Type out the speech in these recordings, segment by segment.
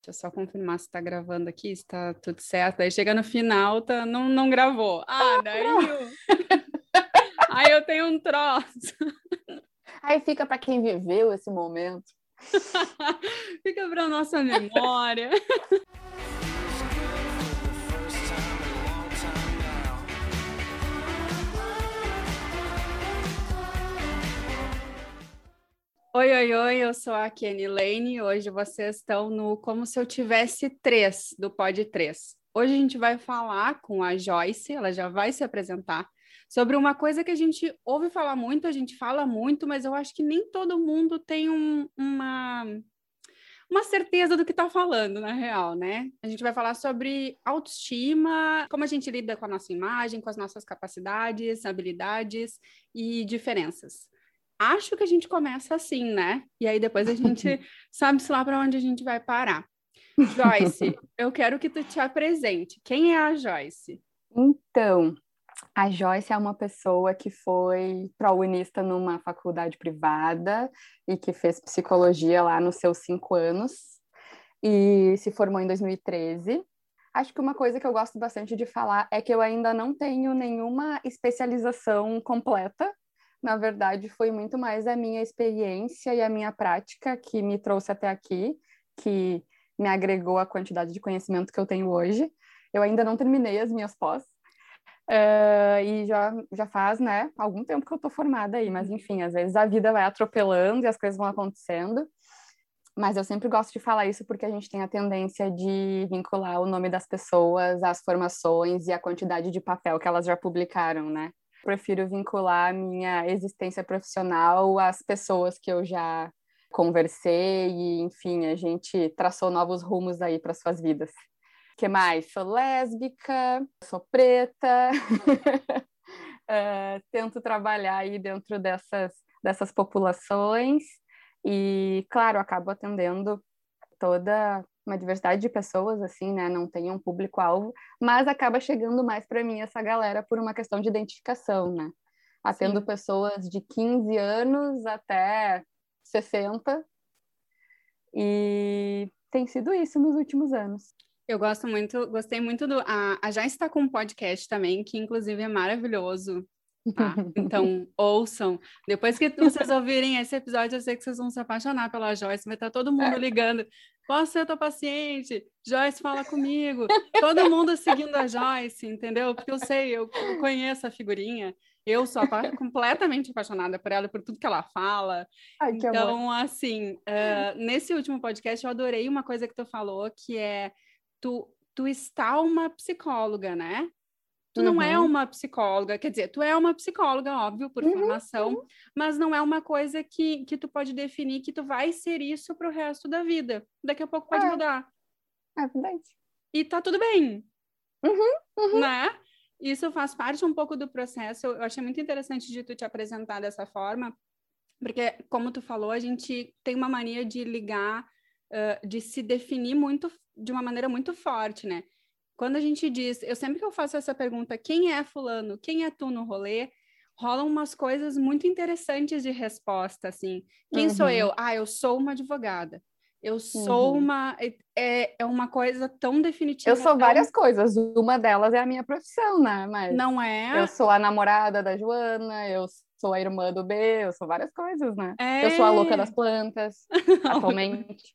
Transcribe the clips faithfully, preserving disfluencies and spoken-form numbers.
Deixa eu só confirmar se tá gravando aqui, se tá tudo certo. Aí chega no final, tá, não, não gravou. Ah, daí eu... Aí eu tenho um troço. Aí fica para quem viveu esse momento. Fica para nossa memória. Oi, oi, oi, eu sou a Kenny Lane e hoje vocês estão no Como Se Eu Tivesse Três, do Pod três. Hoje a gente vai falar com a Joyce, ela já vai se apresentar, sobre uma coisa que a gente ouve falar muito, a gente fala muito, mas eu acho que nem todo mundo tem um, uma, uma certeza do que está falando, na real, né? A gente vai falar sobre autoestima, como a gente lida com a nossa imagem, com as nossas capacidades, habilidades e diferenças. Acho que a gente começa assim, né? E aí depois a gente sabe-se lá para onde a gente vai parar. Joyce, eu quero que tu te apresente. Quem é a Joyce? Então, a Joyce é uma pessoa que foi prounista numa faculdade privada e que fez psicologia lá nos seus cinco anos e se formou em dois mil e treze. Acho que uma coisa que eu gosto bastante de falar é que eu ainda não tenho nenhuma especialização completa. Na verdade, foi muito mais a minha experiência e a minha prática que me trouxe até aqui, que me agregou a quantidade de conhecimento que eu tenho hoje. Eu ainda não terminei as minhas pós, uh, e já, já faz, né, algum tempo que eu tô formada aí, mas enfim, às vezes a vida vai atropelando e as coisas vão acontecendo. Mas eu sempre gosto de falar isso porque a gente tem a tendência de vincular o nome das pessoas às formações e à quantidade de papel que elas já publicaram, né? Prefiro vincular a minha existência profissional às pessoas que eu já conversei e, enfim, a gente traçou novos rumos aí para suas vidas. O que mais? Sou lésbica, sou preta, uh, tento trabalhar aí dentro dessas, dessas populações e, claro, acabo atendendo toda uma diversidade de pessoas, assim, né? Não tem um público-alvo, mas acaba chegando mais para mim essa galera por uma questão de identificação, né? Atendo Sim. pessoas de quinze anos até sessenta e tem sido isso nos últimos anos. Eu gosto muito, gostei muito do... A, a Joyce está com um podcast também, que inclusive é maravilhoso. Tá? Então, ouçam. Depois que vocês ouvirem esse episódio, eu sei que vocês vão se apaixonar pela Joyce. Vai estar todo mundo ligando. Posso ser tua paciente? Joyce, fala comigo. Todo mundo seguindo a Joyce, entendeu? Porque eu sei, eu, eu conheço a figurinha. Eu sou apa- completamente apaixonada por ela, por tudo que ela fala. Ai, que então, amor. assim, uh, nesse último podcast, eu adorei uma coisa que tu falou, que é tu, tu está uma psicóloga, né? Tu uhum. não é uma psicóloga, quer dizer, tu é uma psicóloga, óbvio, por uhum, formação, uhum. mas não é uma coisa que, que tu pode definir que tu vai ser isso pro resto da vida. Daqui a pouco pode é. mudar. É verdade. E tá tudo bem. Uhum, uhum. Né? Isso faz parte um pouco do processo. Eu achei muito interessante de tu te apresentar dessa forma, porque, como tu falou, a gente tem uma mania de ligar, uh, de se definir muito, de uma maneira muito forte, né? Quando a gente diz, eu sempre que eu faço essa pergunta, quem é fulano, quem é tu no rolê, rolam umas coisas muito interessantes de resposta, assim. Quem uhum. sou eu? Ah, eu sou uma advogada. Eu sou uhum. uma... É, é uma coisa tão definitiva. Eu sou tão... várias coisas. Uma delas é a minha profissão, né? Mas não é? Eu sou a namorada da Joana, eu sou a irmã do B, eu sou várias coisas, né? É... Eu sou a louca das plantas, atualmente.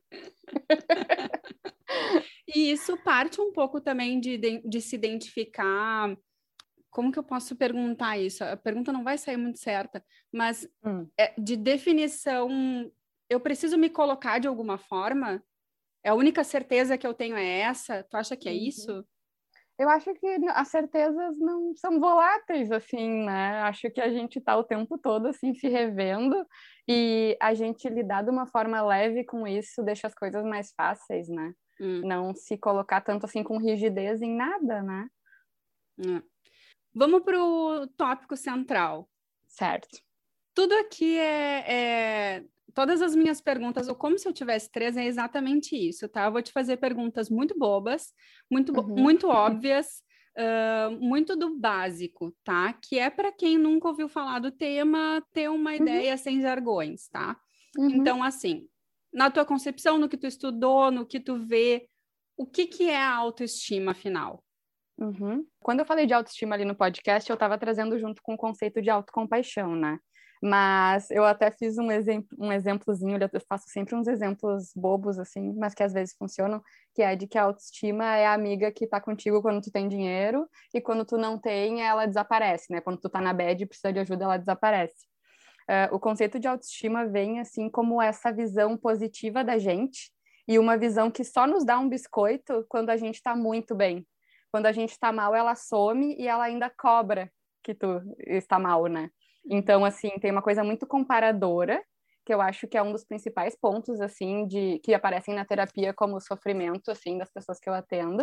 E isso parte um pouco também de, de, de se identificar. Como que eu posso perguntar isso? A pergunta não vai sair muito certa, mas hum. é, de definição, eu preciso me colocar de alguma forma? É a única certeza que eu tenho é essa? Tu acha que é uhum. isso? Eu acho que as certezas não são voláteis, assim, né? Acho que a gente tá o tempo todo, assim, se revendo e a gente lidar de uma forma leve com isso deixa as coisas mais fáceis, né? Hum. Não se colocar tanto, assim, com rigidez em nada, né? Hum. Vamos pro tópico central. Certo. Tudo aqui é... é... Todas as minhas perguntas, ou como se eu tivesse três, é exatamente isso, tá? Eu vou te fazer perguntas muito bobas, muito, bo- uhum. muito óbvias, uh, muito do básico, tá? Que é para quem nunca ouviu falar do tema, ter uma ideia uhum. sem jargões, tá? Uhum. Então, assim, na tua concepção, no que tu estudou, no que tu vê, o que que é a autoestima, afinal? Uhum. Quando eu falei de autoestima ali no podcast, eu estava trazendo junto com o conceito de autocompaixão, né? Mas eu até fiz um, exemplo, um exemplozinho, eu faço sempre uns exemplos bobos, assim, mas que às vezes funcionam, que é de que a autoestima é a amiga que tá contigo quando tu tem dinheiro e quando tu não tem, ela desaparece, né? Quando tu tá na bad e precisa de ajuda, ela desaparece. Uh, o conceito de autoestima vem, assim, como essa visão positiva da gente e uma visão que só nos dá um biscoito quando a gente tá muito bem. Quando a gente está mal, ela some e ela ainda cobra que tu está mal, né? Então, assim, tem uma coisa muito comparadora, que eu acho que é um dos principais pontos, assim, de que aparecem na terapia como sofrimento, assim, das pessoas que eu atendo.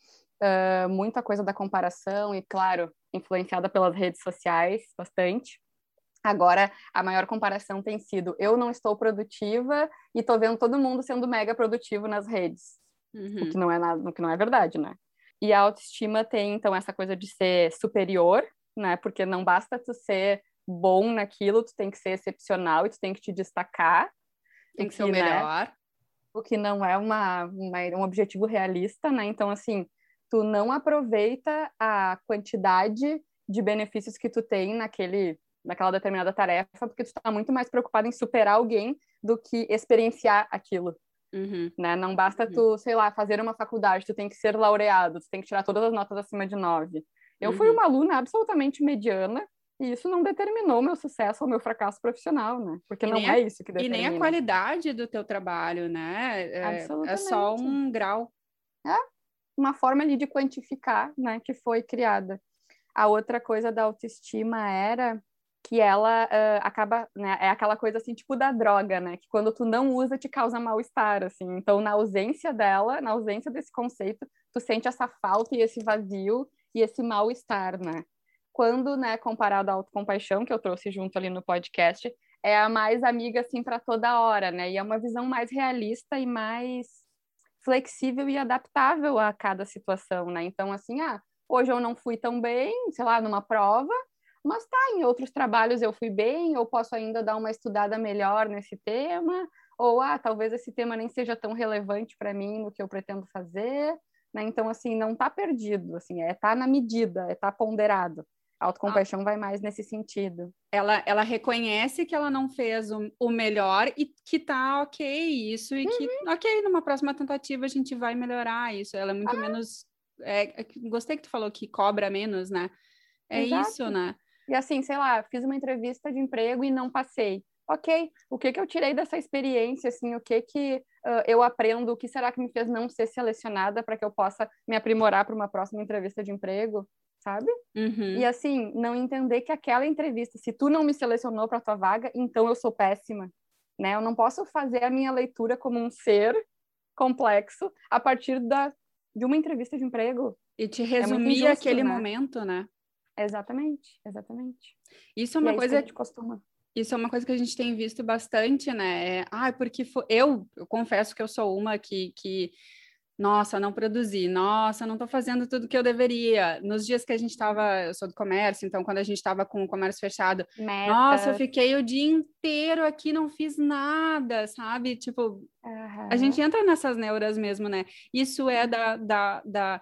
Uh, muita coisa da comparação e, claro, influenciada pelas redes sociais, bastante. Agora, a maior comparação tem sido eu não estou produtiva e tô vendo todo mundo sendo mega produtivo nas redes. Uhum. O que não é nada, o que não é verdade, né? E a autoestima tem, então, essa coisa de ser superior, né? Porque não basta tu ser bom naquilo, tu tem que ser excepcional e tu tem que te destacar. Tem que, que ser o melhor. Né? O que não é uma, uma, um objetivo realista, né? Então, assim, tu não aproveita a quantidade de benefícios que tu tem naquele, naquela determinada tarefa, porque tu tá muito mais preocupado em superar alguém do que experienciar aquilo. Uhum. Né? Não basta uhum. tu, sei lá, fazer uma faculdade, tu tem que ser laureado, tu tem que tirar todas as notas acima de nove. Eu uhum. fui uma aluna absolutamente mediana e isso não determinou o meu sucesso ou meu fracasso profissional, né? Porque e não é a, isso que determina. E nem a qualidade do teu trabalho, né? É, absolutamente. É só um grau. É uma forma ali de quantificar, né, que foi criada. A outra coisa da autoestima era que ela uh, acaba, né, é aquela coisa assim, tipo da droga, né, que quando tu não usa te causa mal-estar, assim, então na ausência dela, na ausência desse conceito, tu sente essa falta e esse vazio e esse mal-estar, né. Quando, né, comparado à autocompaixão, que eu trouxe junto ali no podcast, é a mais amiga, assim, para toda hora, né, e é uma visão mais realista e mais flexível e adaptável a cada situação, né, então, assim, ah, hoje eu não fui tão bem, sei lá, numa prova, mas tá, em outros trabalhos eu fui bem, eu posso ainda dar uma estudada melhor nesse tema, ou, ah, talvez esse tema nem seja tão relevante para mim no que eu pretendo fazer, né? Então, assim, não tá perdido, assim, é tá na medida, é tá ponderado. A autocompaixão ah. vai mais nesse sentido. Ela, ela reconhece que ela não fez o, o melhor e que tá ok isso, e uhum. que, ok, numa próxima tentativa a gente vai melhorar isso. Ela é muito ah. menos... É, gostei que tu falou que cobra menos, né? É Exato. Isso, né? E assim, sei lá, fiz uma entrevista de emprego e não passei. Ok, o que que eu tirei dessa experiência, assim, o que que uh, eu aprendo, o que será que me fez não ser selecionada para que eu possa me aprimorar para uma próxima entrevista de emprego, sabe? Uhum. E assim, não entender que aquela entrevista, se tu não me selecionou para tua vaga, então eu sou péssima, né? Eu não posso fazer a minha leitura como um ser complexo a partir da, de uma entrevista de emprego. E te resumir é injusto, aquele né? momento, né? Exatamente, exatamente. Isso é uma e é coisa isso que a gente costuma. Isso é uma coisa que a gente tem visto bastante, né? É, ah, porque foi... eu, eu confesso que eu sou uma que, que, nossa, não produzi, nossa, não estou fazendo tudo que eu deveria. Nos dias que a gente estava, eu sou do comércio, então quando a gente estava com o comércio fechado, Metas. Nossa, eu fiquei o dia inteiro aqui, não fiz nada, sabe? Tipo, uhum. A gente entra nessas neuras mesmo, né? Isso é da... da, da...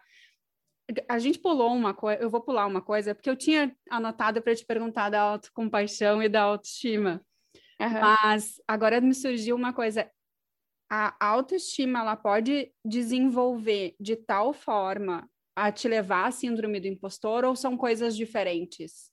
A gente pulou uma coisa, eu vou pular uma coisa, porque eu tinha anotado para te perguntar da autocompaixão e da autoestima. Uhum. Mas agora me surgiu uma coisa. A autoestima, ela pode desenvolver de tal forma a te levar à síndrome do impostor, ou são coisas diferentes?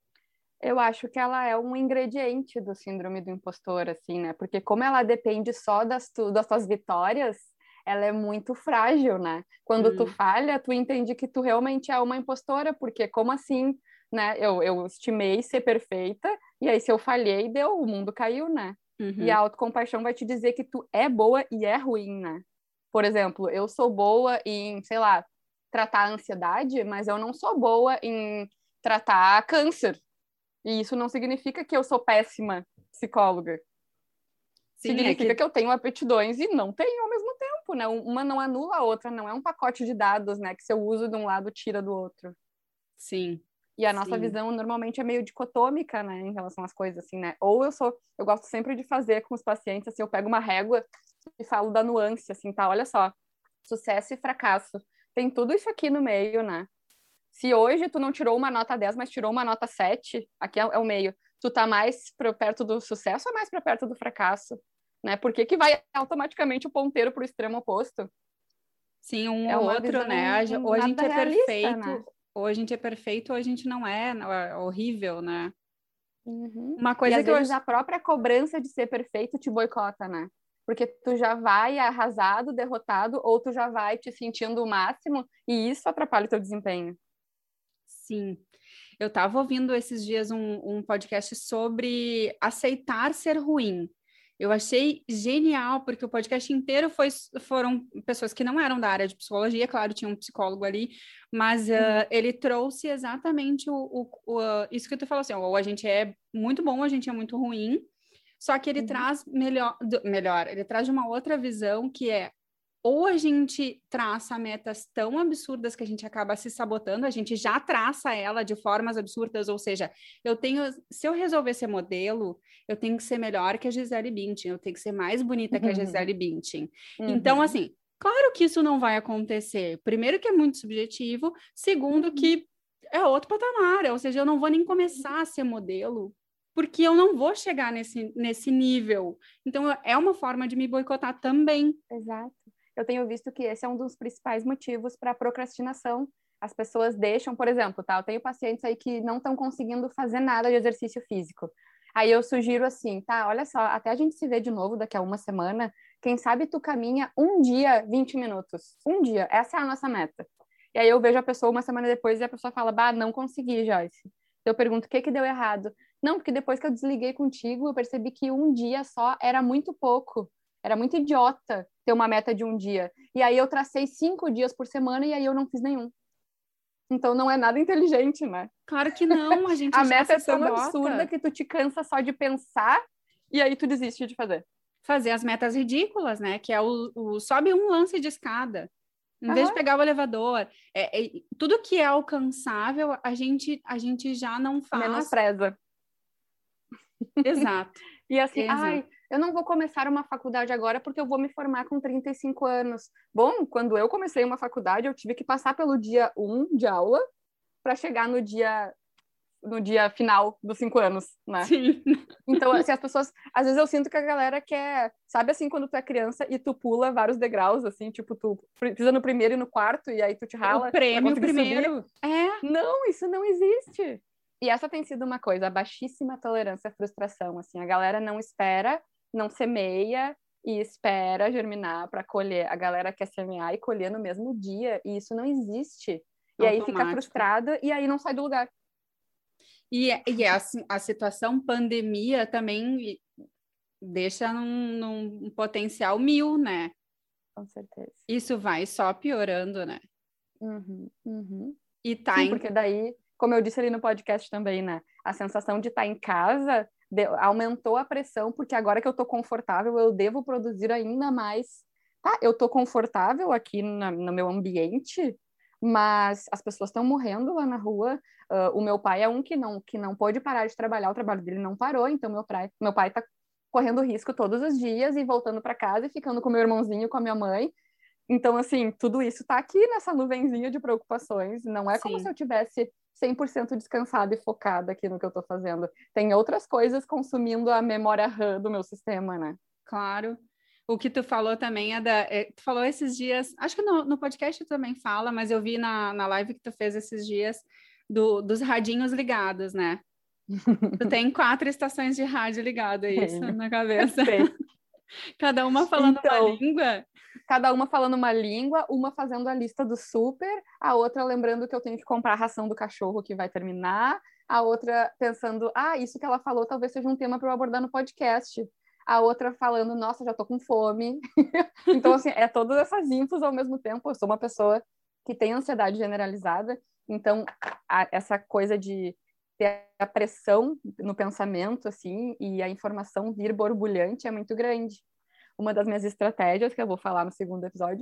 Eu acho que ela é um ingrediente do síndrome do impostor, assim, né? Porque como ela depende só das, tu, das tuas vitórias, ela é muito frágil, né? Quando hum. tu falha, tu entende que tu realmente é uma impostora, porque como assim, né? Eu, eu estimei ser perfeita, e aí se eu falhei, deu, o mundo caiu, né? Uhum. E a autocompaixão vai te dizer que tu é boa e é ruim, né? Por exemplo, eu sou boa em, sei lá, tratar a ansiedade, mas eu não sou boa em tratar câncer. E isso não significa que eu sou péssima psicóloga. Sim, significa é que... que eu tenho aptidões e não tenho ao mesmo tempo, né? Uma não anula a outra, não é um pacote de dados, né? Que se eu uso de um lado, tira do outro. Sim. E a nossa Sim. visão normalmente é meio dicotômica, né, em relação às coisas, assim, né? Ou eu sou, eu gosto sempre de fazer com os pacientes, assim, eu pego uma régua e falo da nuance, assim, tá? Olha só, sucesso e fracasso. Tem tudo isso aqui no meio, né? Se hoje tu não tirou uma nota dez, mas tirou uma nota sete, aqui é, é o meio. Tu tá mais pra perto do sucesso ou mais pra perto do fracasso? Né? Por que que vai automaticamente o ponteiro pro extremo oposto? Sim, um É ou uma outro, visão né? A gen- Ou a gente nada é realista, né? perfeito, ou a gente é perfeito, ou a gente não é, não, é horrível, né? Uhum. Uma E coisa às que eu vezes acho. a própria cobrança de ser perfeito te boicota, né? Porque tu já vai arrasado, derrotado, ou tu já vai te sentindo o máximo, e isso atrapalha o teu desempenho. Sim. Eu estava ouvindo esses dias um, um podcast sobre aceitar ser ruim. Eu achei genial, porque o podcast inteiro foi, foram pessoas que não eram da área de psicologia, claro, tinha um psicólogo ali, mas uh, Uhum. ele trouxe exatamente o, o, o, uh, isso que tu falou assim, ou a gente é muito bom, ou a gente é muito ruim, só que ele Uhum. traz melhor, melhor, ele traz de uma outra visão que é ou a gente traça metas tão absurdas que a gente acaba se sabotando, a gente já traça ela de formas absurdas, ou seja, eu tenho, se eu resolver ser modelo, eu tenho que ser melhor que a Gisele Bündchen, eu tenho que ser mais bonita que a Gisele Bündchen. Uhum. Então, assim, claro que isso não vai acontecer. Primeiro que é muito subjetivo, segundo Uhum. que é outro patamar, ou seja, eu não vou nem começar a ser modelo, porque eu não vou chegar nesse, nesse nível. Então, é uma forma de me boicotar também. Exato. Eu tenho visto que esse é um dos principais motivos para procrastinação. As pessoas deixam, por exemplo, tá? Eu tenho pacientes aí que não estão conseguindo fazer nada de exercício físico. Aí eu sugiro assim, tá? Olha só, até a gente se ver de novo daqui a uma semana, quem sabe tu caminha um dia, vinte minutos. Um dia, essa é a nossa meta. E aí eu vejo a pessoa uma semana depois e a pessoa fala, bah, não consegui, Joyce. Eu pergunto, o que que deu errado? Não, porque depois que eu desliguei contigo, eu percebi que um dia só era muito pouco. Era muito idiota ter uma meta de um dia. E aí eu tracei cinco dias por semana e aí eu não fiz nenhum. Então não é nada inteligente, né? Claro que não, a gente A já meta se é tão absurda sabota. que tu te cansa só de pensar e aí tu desiste de fazer. Fazer as metas ridículas, né? Que é o, o sobe um lance de escada. Em vez de Aham. pegar o elevador, é, é, tudo que é alcançável, a gente, a gente já não faz. Menospreza. Exato, E assim, exato. ai, eu não vou começar uma faculdade agora porque eu vou me formar com trinta e cinco anos. Bom, quando eu comecei uma faculdade, eu tive que passar pelo dia um de aula para chegar no dia no dia final dos cinco anos, né? Sim. Então, assim, as pessoas, às vezes eu sinto que a galera quer, sabe assim, quando tu é criança e tu pula vários degraus, assim, tipo, tu pisa no primeiro e no quarto e aí tu te O rala pra prêmio conseguir subir. primeiro. É, Não, isso não existe. E essa tem sido uma coisa, a baixíssima tolerância à frustração, assim, a galera não espera, não semeia e espera germinar para colher. A galera quer semear e colher no mesmo dia, e isso não existe. E aí fica automático. frustrada e aí não sai do lugar. E, e a, a situação pandemia também deixa num, num potencial mil, né? Com certeza. Isso vai só piorando, né? Uhum, uhum. E tá Sim, em. porque daí, como eu disse ali no podcast também, né? A sensação de estar em casa de- aumentou a pressão, porque agora que eu tô confortável, eu devo produzir ainda mais. Tá, eu tô confortável aqui na- no meu ambiente, mas as pessoas estão morrendo lá na rua. Ah, o meu pai é um que não, que não pôde parar de trabalhar, o trabalho dele não parou, então meu pai, meu pai tá correndo risco todos os dias e voltando para casa e ficando com meu irmãozinho, com a minha mãe. Então, assim, tudo isso tá aqui nessa nuvenzinha de preocupações. Não é como se Sim, eu tivesse cem por cento descansada e focada aqui no que eu tô fazendo. Tem outras coisas consumindo a memória RAM do meu sistema, né? claro. O que tu falou também é da. É, tu falou esses dias, acho que no, no podcast tu também fala, mas eu vi na, na live que tu fez esses dias do, dos radinhos ligados, né? Tu tem quatro estações de rádio ligado, é isso, Tenho. na cabeça. Tem. Cada uma falando uma Então, língua. cada uma falando uma língua, uma fazendo a lista do super, a outra lembrando que eu tenho que comprar a ração do cachorro que vai terminar, a outra pensando, ah, isso que ela falou talvez seja um tema para eu abordar no podcast. A outra falando, nossa, já tô com fome. Então, assim, é todas essas infos ao mesmo tempo. Eu sou uma pessoa que tem ansiedade generalizada, então a, essa coisa de ter a pressão no pensamento, assim, e a informação vir borbulhante é muito grande. Uma das minhas estratégias, que eu vou falar no segundo episódio,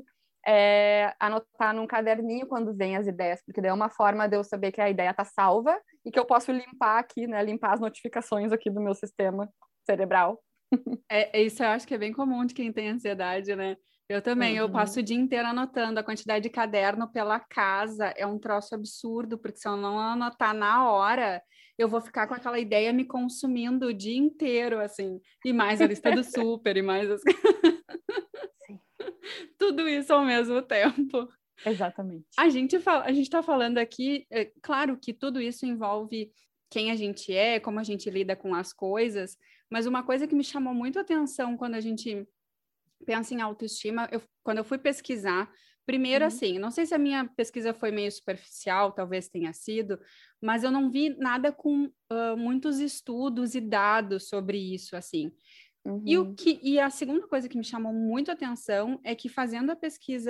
é anotar num caderninho quando vem as ideias, porque daí é uma forma de eu saber que a ideia tá salva e que eu posso limpar aqui, né? Limpar as notificações aqui do meu sistema cerebral. É, é isso eu acho que é bem comum de quem tem ansiedade, né? Eu também, eu passo Uhum. o dia inteiro anotando a quantidade de caderno pela casa, é um troço absurdo, porque se eu não anotar na hora, eu vou ficar com aquela ideia me consumindo o dia inteiro, assim, e mais a lista do super, e mais as... Sim, tudo isso ao mesmo tempo. exatamente. A gente fala, a gente está falando aqui, é, claro que tudo isso envolve quem a gente é, como a gente lida com as coisas, mas uma coisa que me chamou muito a atenção quando a gente pensa em autoestima, eu, quando eu fui pesquisar, primeiro Uhum. assim, não sei se a minha pesquisa foi meio superficial, talvez tenha sido, mas eu não vi nada com uh, muitos estudos e dados sobre isso, assim. E, o Uhum. que, e a segunda coisa que me chamou muito a atenção é que fazendo a pesquisa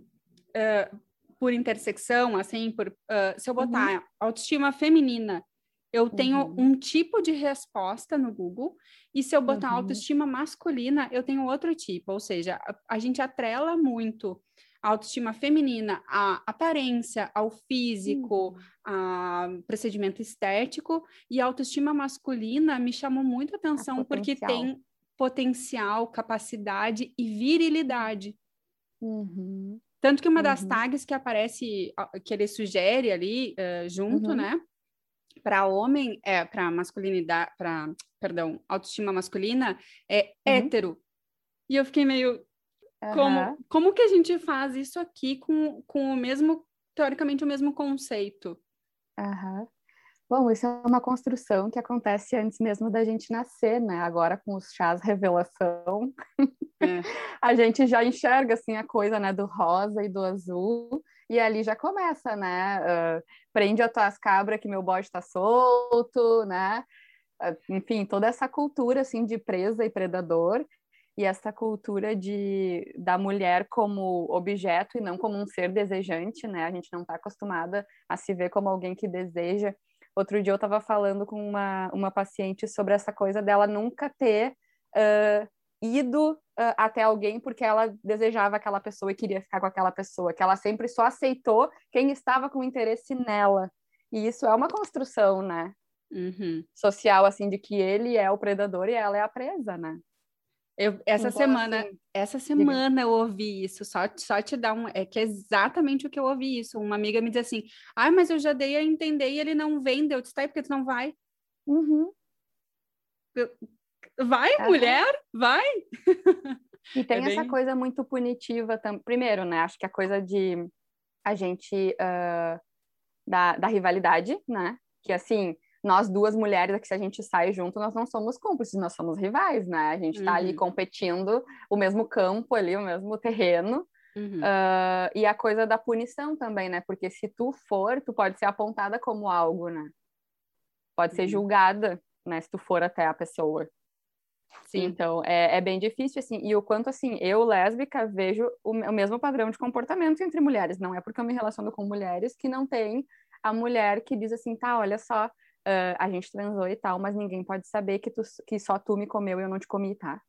uh, por intersecção, assim, por, uh, se eu Uhum. botar autoestima feminina, eu tenho Uhum. um tipo de resposta no Google, e se eu botar Uhum. autoestima masculina, eu tenho outro tipo, ou seja, a, a gente atrela muito a autoestima feminina à aparência, ao físico, Uhum. a procedimento estético, e a autoestima masculina me chamou muito a A atenção porque potencial. tem potencial, capacidade e virilidade. Uhum. Tanto que uma das Uhum. tags que aparece, que ele sugere ali, uh, junto, Uhum. né, para homem, é, para masculinidade, para, perdão, autoestima masculina, é Uhum. hétero. E eu fiquei meio, como, Aham. como que a gente faz isso aqui com, com o mesmo, teoricamente, o mesmo conceito? Aham. Bom, isso é uma construção que acontece antes mesmo da gente nascer, né? Agora com os chás revelação, É. a gente já enxerga assim a coisa, né, do rosa e do azul, e ali já começa, né? Uh, prende as tuas cabras que meu bode tá solto, né? Uh, enfim, toda essa cultura assim de presa e predador. E essa cultura de da mulher como objeto e não como um ser desejante, né? A gente não está acostumada a se ver como alguém que deseja. Outro dia eu estava falando com uma, uma paciente sobre essa coisa dela nunca ter uh, ido uh, até alguém porque ela desejava aquela pessoa e queria ficar com aquela pessoa, que ela sempre só aceitou quem estava com interesse nela. E isso é uma construção, né? Uhum. Social, assim, de que ele é o predador e ela é a presa, né? Eu, essa Então, semana, assim, essa diga. semana eu ouvi isso, só, só te dar um. É que é exatamente o que eu ouvi isso. Uma amiga me diz assim: ai, mas eu já dei a entender e ele não vende. Eu disse: tá, porque tu não vai? Uhum, Eu, vai, aham. mulher? Vai? E É tem essa bem. coisa muito punitiva também. Primeiro, né? Acho que a coisa de a gente uh, da, da rivalidade, né? Que assim, nós duas mulheres aqui, se a gente sai junto, nós não somos cúmplices, nós somos rivais, né? A gente tá ali Uhum, competindo o mesmo campo ali, o mesmo terreno. uhum, Uh, e a coisa da punição também, né? Porque se tu for, tu pode ser apontada como algo, né? Pode ser uhum. julgada, né? Se tu for até a pessoa. Sim, Então, é, é bem difícil, assim, e o quanto, assim, eu, lésbica, vejo o, o mesmo padrão de comportamento entre mulheres. Não é porque eu me relaciono com mulheres que não tem a mulher que diz assim, tá, olha só, uh, a gente transou e tal, mas ninguém pode saber que, tu, que só tu me comeu e eu não te comi, tá?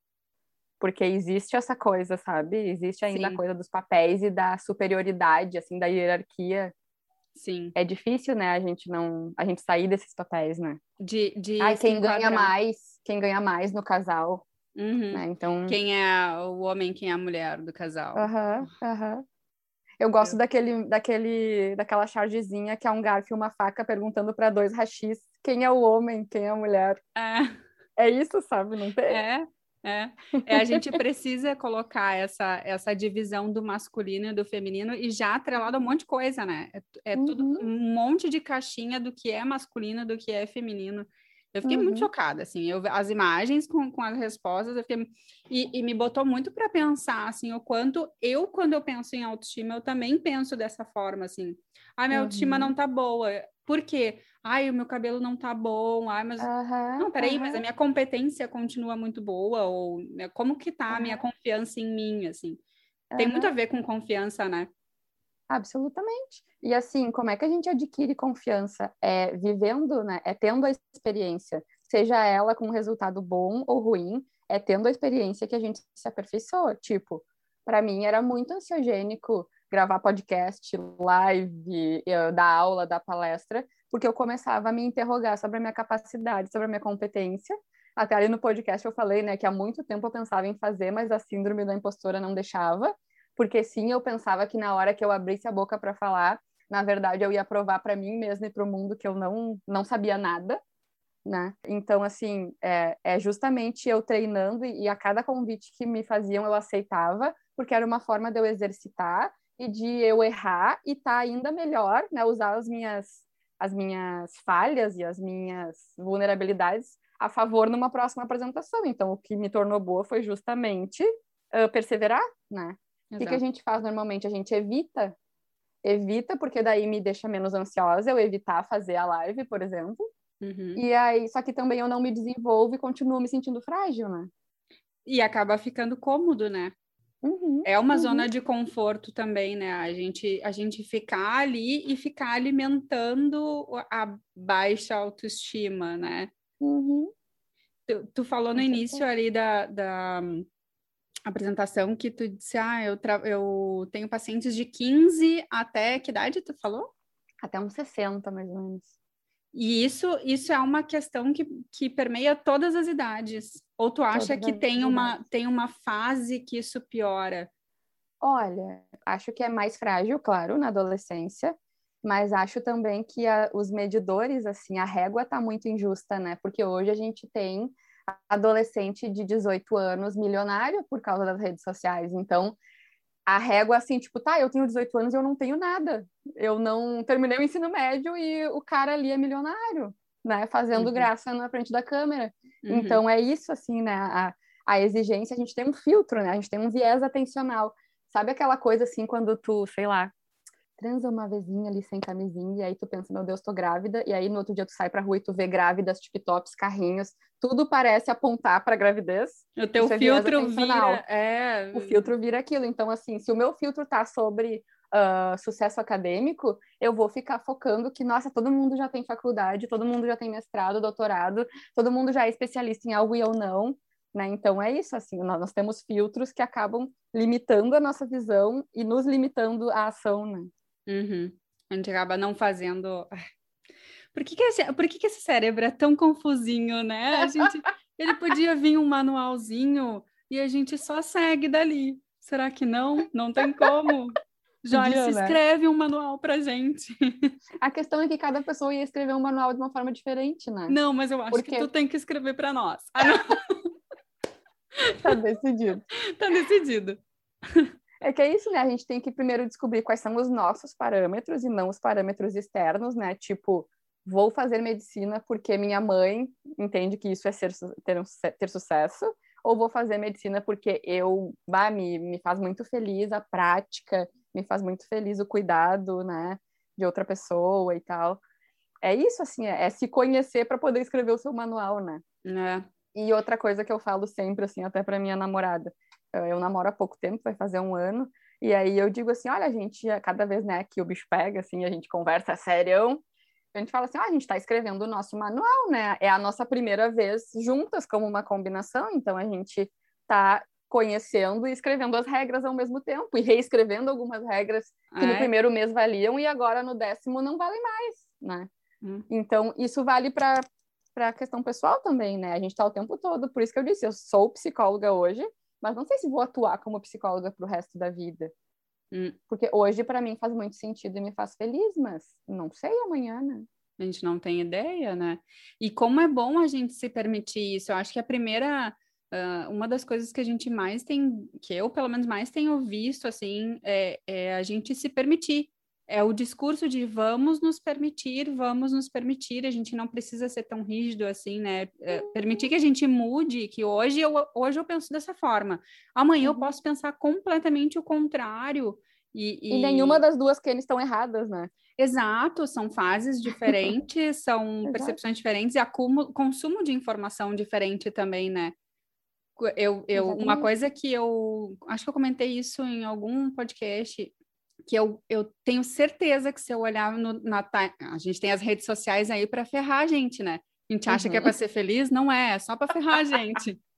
Porque existe essa coisa, sabe? Existe ainda a sim, coisa dos papéis e da superioridade, assim, da hierarquia. sim. É difícil, né, a gente não, a gente sair desses papéis, né? De, de Ai, se quem ganha enquadrar. mais, quem ganha mais no casal, Uhum. né? Então, Quem é o homem, quem é a mulher do casal. aham, aham. Eu gosto Eu- daquele, daquele, daquela chargezinha que é um garfo e uma faca perguntando para dois rachis quem é o homem, quem é a mulher. É. É isso, sabe? Não tem? É, é. É, a gente precisa colocar essa, essa divisão do masculino e do feminino e já atrelado a um monte de coisa, né? É, é tudo Uhum, um monte de caixinha do que é masculino, do que é feminino. Eu fiquei muito uhum, chocada, assim, eu, as imagens com, com as respostas, eu fiquei, e, e me botou muito para pensar, assim, o quanto eu, quando eu penso em autoestima, eu também penso dessa forma, assim, a minha autoestima não uhum, tá boa, por quê? Ai, o meu cabelo não tá bom, ai, mas aham, não, peraí, mas a aham, minha competência continua muito boa, ou né, como que tá a minha aham, confiança em mim, assim. Tem muito a aham. ver com confiança, né? Absolutamente. E assim, como é que a gente adquire confiança? É vivendo, né? É tendo a experiência, seja ela com um resultado bom ou ruim, é tendo a experiência que a gente se aperfeiçoa. Tipo, Para mim era muito ansiogênico gravar podcast, live, eu dar aula, dar palestra, porque eu começava a me interrogar sobre a minha capacidade, sobre a minha competência. Até ali no podcast eu falei, né, que há muito tempo eu pensava em fazer, mas a síndrome da impostora não deixava, porque sim, eu pensava que na hora que eu abrisse a boca para falar, na verdade eu ia provar para mim mesma e para o mundo que eu não, não sabia nada, né? Então, assim, é, é justamente eu treinando e, e a cada convite que me faziam eu aceitava, porque era uma forma de eu exercitar e de eu errar e estar tá ainda melhor, né? Usar as minhas, as minhas falhas e as minhas vulnerabilidades a favor numa próxima apresentação. Então, o que me tornou boa foi justamente uh, perseverar, né? O que, que a gente faz normalmente? A gente evita, evita, porque daí me deixa menos ansiosa eu evitar fazer a live, por exemplo. Uhum. E aí, só que também eu não me desenvolvo e continuo me sentindo frágil, né? E acaba ficando cômodo, né? Uhum, é uma uhum. zona de conforto também, né? A gente, a gente ficar ali e ficar alimentando a baixa autoestima, né? Uhum. Tu, tu falou no início ali da, da apresentação que tu disse, ah, eu, tra... eu tenho pacientes de quinze até que idade tu falou? Até uns sessenta, mais ou menos. E isso, isso é uma questão que, que permeia todas as idades. Ou tu acha Todas que as tem uma, idades. tem uma fase que isso piora? Olha, acho que é mais frágil, claro, na adolescência, mas acho também que a, os medidores, assim, a régua está muito injusta, né? Porque hoje a gente tem adolescente de dezoito anos milionário por causa das redes sociais. Então, a régua, assim, tipo, tá, eu tenho dezoito anos e eu não tenho nada. Eu não terminei o ensino médio e o cara ali é milionário, né? Fazendo Uhum. graça na frente da câmera. Uhum. Então, é isso, assim, né? A, a exigência, a gente tem um filtro, né? A gente tem um viés atencional. Sabe aquela coisa, assim, quando tu, sei lá, transa uma vezinha ali sem camisinha, e aí tu pensa, meu Deus, tô grávida, e aí no outro dia tu sai pra rua e tu vê grávidas, TikToks, carrinhos, tudo parece apontar pra gravidez. O teu Isso é viés filtro atencional. vira... É... O filtro vira aquilo. Então, assim, se o meu filtro tá sobre uh, sucesso acadêmico, eu vou ficar focando que, nossa, todo mundo já tem faculdade, todo mundo já tem mestrado, doutorado, todo mundo já é especialista em algo e eu não, né? Então, é isso, assim, nós, nós temos filtros que acabam limitando a nossa visão e nos limitando a ação, né? Uhum. A gente acaba não fazendo... Por que que esse, por que que esse cérebro é tão confusinho, né? A gente, ele podia vir um manualzinho e a gente só segue dali. Será que não? Não tem como. Joyce, Podia, né? escreve um manual pra gente. A questão é que cada pessoa ia escrever um manual de uma forma diferente, né? Não, mas eu acho Porque... que tu tem que escrever para nós. Ah, não. Tá decidido. Tá decidido. É que é isso, né? A gente tem que primeiro descobrir quais são os nossos parâmetros e não os parâmetros externos, né? Tipo, vou fazer medicina porque minha mãe entende que isso é ser, ter, um, ter sucesso, ou vou fazer medicina porque eu, bah, me, me faz muito feliz a prática, me faz muito feliz o cuidado, né, de outra pessoa e tal. É isso, assim, é, é se conhecer para poder escrever o seu manual, né? É. E outra coisa que eu falo sempre, assim, até para minha namorada, eu namoro há pouco tempo, vai fazer um ano, e aí eu digo assim, olha, a gente, cada vez, né, que o bicho pega, assim, a gente conversa sério, a gente fala assim, ah, a gente está escrevendo o nosso manual, né, é a nossa primeira vez juntas como uma combinação, então a gente está conhecendo e escrevendo as regras ao mesmo tempo, e reescrevendo algumas regras que É. no primeiro mês valiam e agora no décimo não valem mais, né. Hum. Então, isso vale para para a questão pessoal também, né? A gente está o tempo todo, por isso que eu disse, eu sou psicóloga hoje, mas não sei se vou atuar como psicóloga para o resto da vida. Hum. Porque hoje, para mim, faz muito sentido e me faz feliz, mas não sei amanhã, né? A gente não tem ideia, né? E como é bom a gente se permitir isso. Eu acho que a primeira... Uh, uma das coisas que a gente mais tem... Que eu, pelo menos, mais tenho visto, assim, é, é a gente se permitir. É o discurso de vamos nos permitir, vamos nos permitir, a gente não precisa ser tão rígido assim, né? É, permitir que a gente mude, que hoje eu, hoje eu penso dessa forma, amanhã uhum. eu posso pensar completamente o contrário. E, e... e nenhuma das duas que estão erradas, né? Exato, são fases diferentes, são percepções diferentes e acúmulo, consumo de informação diferente também, né? Eu, eu, uma coisa que eu acho que eu comentei isso em algum podcast, que eu, eu tenho certeza que se eu olhar no, na... A gente tem as redes sociais aí para ferrar a gente, né? A gente acha uhum. que é para ser feliz, não é, é só para ferrar a gente.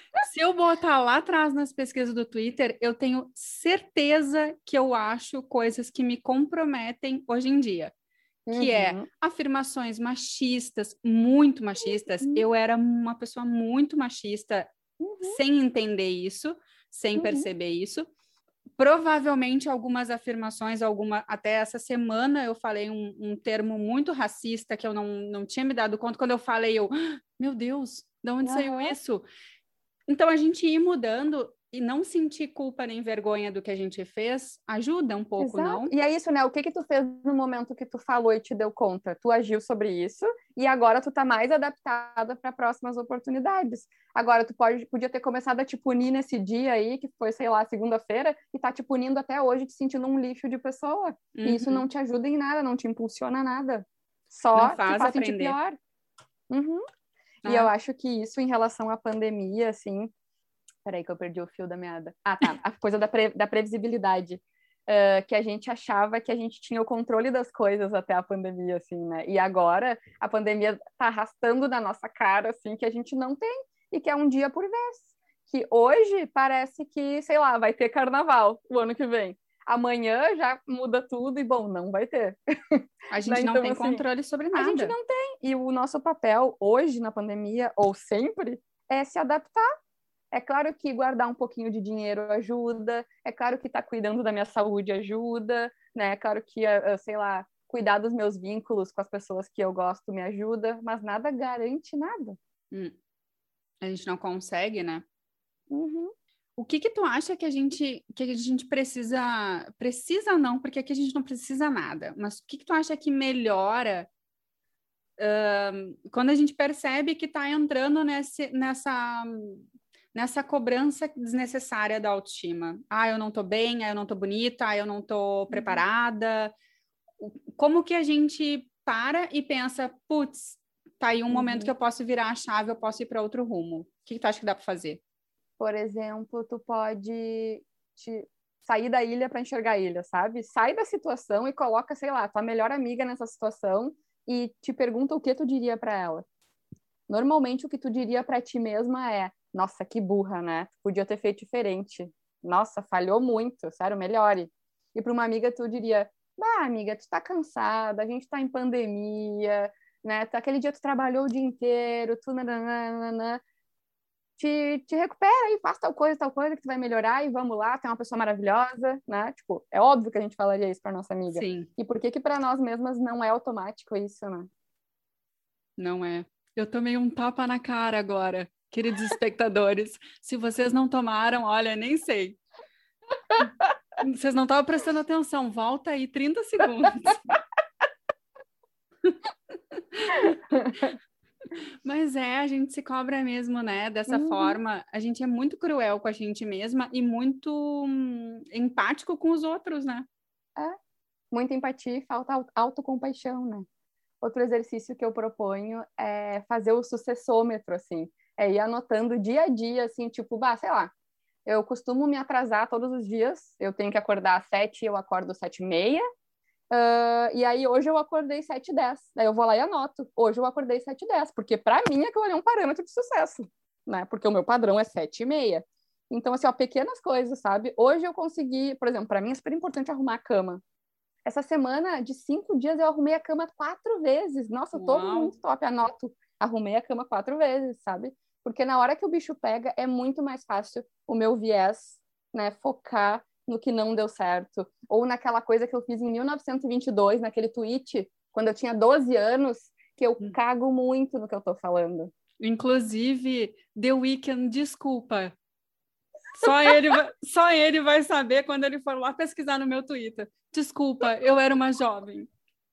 Se eu botar lá atrás nas pesquisas do Twitter, eu tenho certeza que eu acho coisas que me comprometem hoje em dia. Que é Uhum. afirmações machistas, muito machistas. Uhum. Eu era uma pessoa muito machista, Uhum. sem entender isso, sem Uhum. perceber isso. Provavelmente algumas afirmações, alguma até essa semana eu falei um, um termo muito racista que eu não, não tinha me dado conta. Quando eu falei, eu, "Ah, meu Deus, de onde Uhum. saiu isso?" Então, a gente ir mudando e não sentir culpa nem vergonha do que a gente fez, ajuda um pouco, Exato. não? E é isso, né? O que que tu fez no momento que tu falou e te deu conta? Tu agiu sobre isso e agora tu tá mais adaptada para próximas oportunidades. Agora tu pode, podia ter começado a te punir nesse dia aí, que foi, sei lá, segunda-feira, e tá te punindo até hoje, te sentindo um lixo de pessoa. E isso Uhum. não te ajuda em nada, não te impulsiona nada. Não Só te faz faz sentir aprender. pior. Uhum. E eu Ah, acho que isso em relação à pandemia, assim... Peraí que eu perdi o fio da meada. Ah, tá. A coisa da, pre... da previsibilidade. Uh, que a gente achava que a gente tinha o controle das coisas até a pandemia, assim, né? E agora a pandemia tá arrastando na nossa cara, assim, que a gente não tem e que é um dia por vez. Que hoje parece que, sei lá, vai ter carnaval o ano que vem. Amanhã já muda tudo e, bom, não vai ter. a Né? gente não Então, tem assim, controle sobre a gente nada. não tem. E o nosso papel hoje na pandemia, ou sempre, é se adaptar. É claro que guardar um pouquinho de dinheiro ajuda, é claro que estar tá cuidando da minha saúde ajuda, né? É claro que, sei lá, cuidar dos meus vínculos com as pessoas que eu gosto me ajuda, mas nada garante nada. Hum. A gente não consegue, né? Uhum. O que que tu acha que a gente que a gente precisa precisa não, porque aqui a gente não precisa nada, mas o que que tu acha que melhora uh, quando a gente percebe que está entrando nesse, nessa nessa cobrança desnecessária da autoestima? Ah, eu não tô bem, ah, eu não tô bonita, ah, eu não tô preparada. Como que a gente para e pensa, putz, tá aí um Uhum. momento que eu posso virar a chave, eu posso ir para outro rumo. O que que tu acha que dá para fazer? Por exemplo, tu pode te sair da ilha para enxergar a ilha, sabe? Sai da situação e coloca, sei lá, tua melhor amiga nessa situação e te pergunta o que tu diria para ela. Normalmente o que tu diria para ti mesma é: nossa, que burra, né? Tu podia ter feito diferente. Nossa, falhou muito, sério, melhore. E para uma amiga tu diria: bah, amiga, tu tá cansada, a gente tá em pandemia, né? Aquele dia tu trabalhou o dia inteiro, tu nananana, te, te recupera e faz tal coisa, tal coisa que tu vai melhorar e vamos lá, tu é uma pessoa maravilhosa, né? Tipo, é óbvio que a gente falaria isso para nossa amiga. Sim. E por que que para nós mesmas não é automático isso, né? Não é. Eu tomei um tapa na cara agora, queridos espectadores. Se vocês não tomaram, olha, nem sei. Vocês não estavam prestando atenção. Volta aí trinta segundos. Mas é, a gente se cobra mesmo, né? Dessa Uhum. forma, a gente é muito cruel com a gente mesma e muito hum, empático com os outros, né? É. Muita empatia e falta autocompaixão, né? Outro exercício que eu proponho é fazer o sucessômetro, assim. É ir anotando dia a dia, assim, tipo, bah, sei lá, eu costumo me atrasar todos os dias, eu tenho que acordar às sete, eu acordo às sete e meia, uh, e aí hoje eu acordei sete e dez, daí eu vou lá e anoto, hoje eu acordei sete e dez, porque para mim aquilo ali é um parâmetro de sucesso, né? Porque o meu padrão é sete e meia. Então, assim, ó, pequenas coisas, sabe? Hoje eu consegui, por exemplo, para mim é super importante arrumar a cama. Essa semana, de cinco dias, eu arrumei a cama quatro vezes. Nossa, eu tô Uau! muito top. Anoto, arrumei a cama quatro vezes, sabe? Porque na hora que o bicho pega, é muito mais fácil o meu viés, né, focar no que não deu certo. Ou naquela coisa que eu fiz em mil novecentos e vinte e dois, naquele tweet, quando eu tinha doze anos, que eu cago muito no que eu tô falando. Inclusive, The Weeknd, desculpa. Só ele, vai, só ele vai saber quando ele for lá pesquisar no meu Twitter. Desculpa, eu era uma jovem.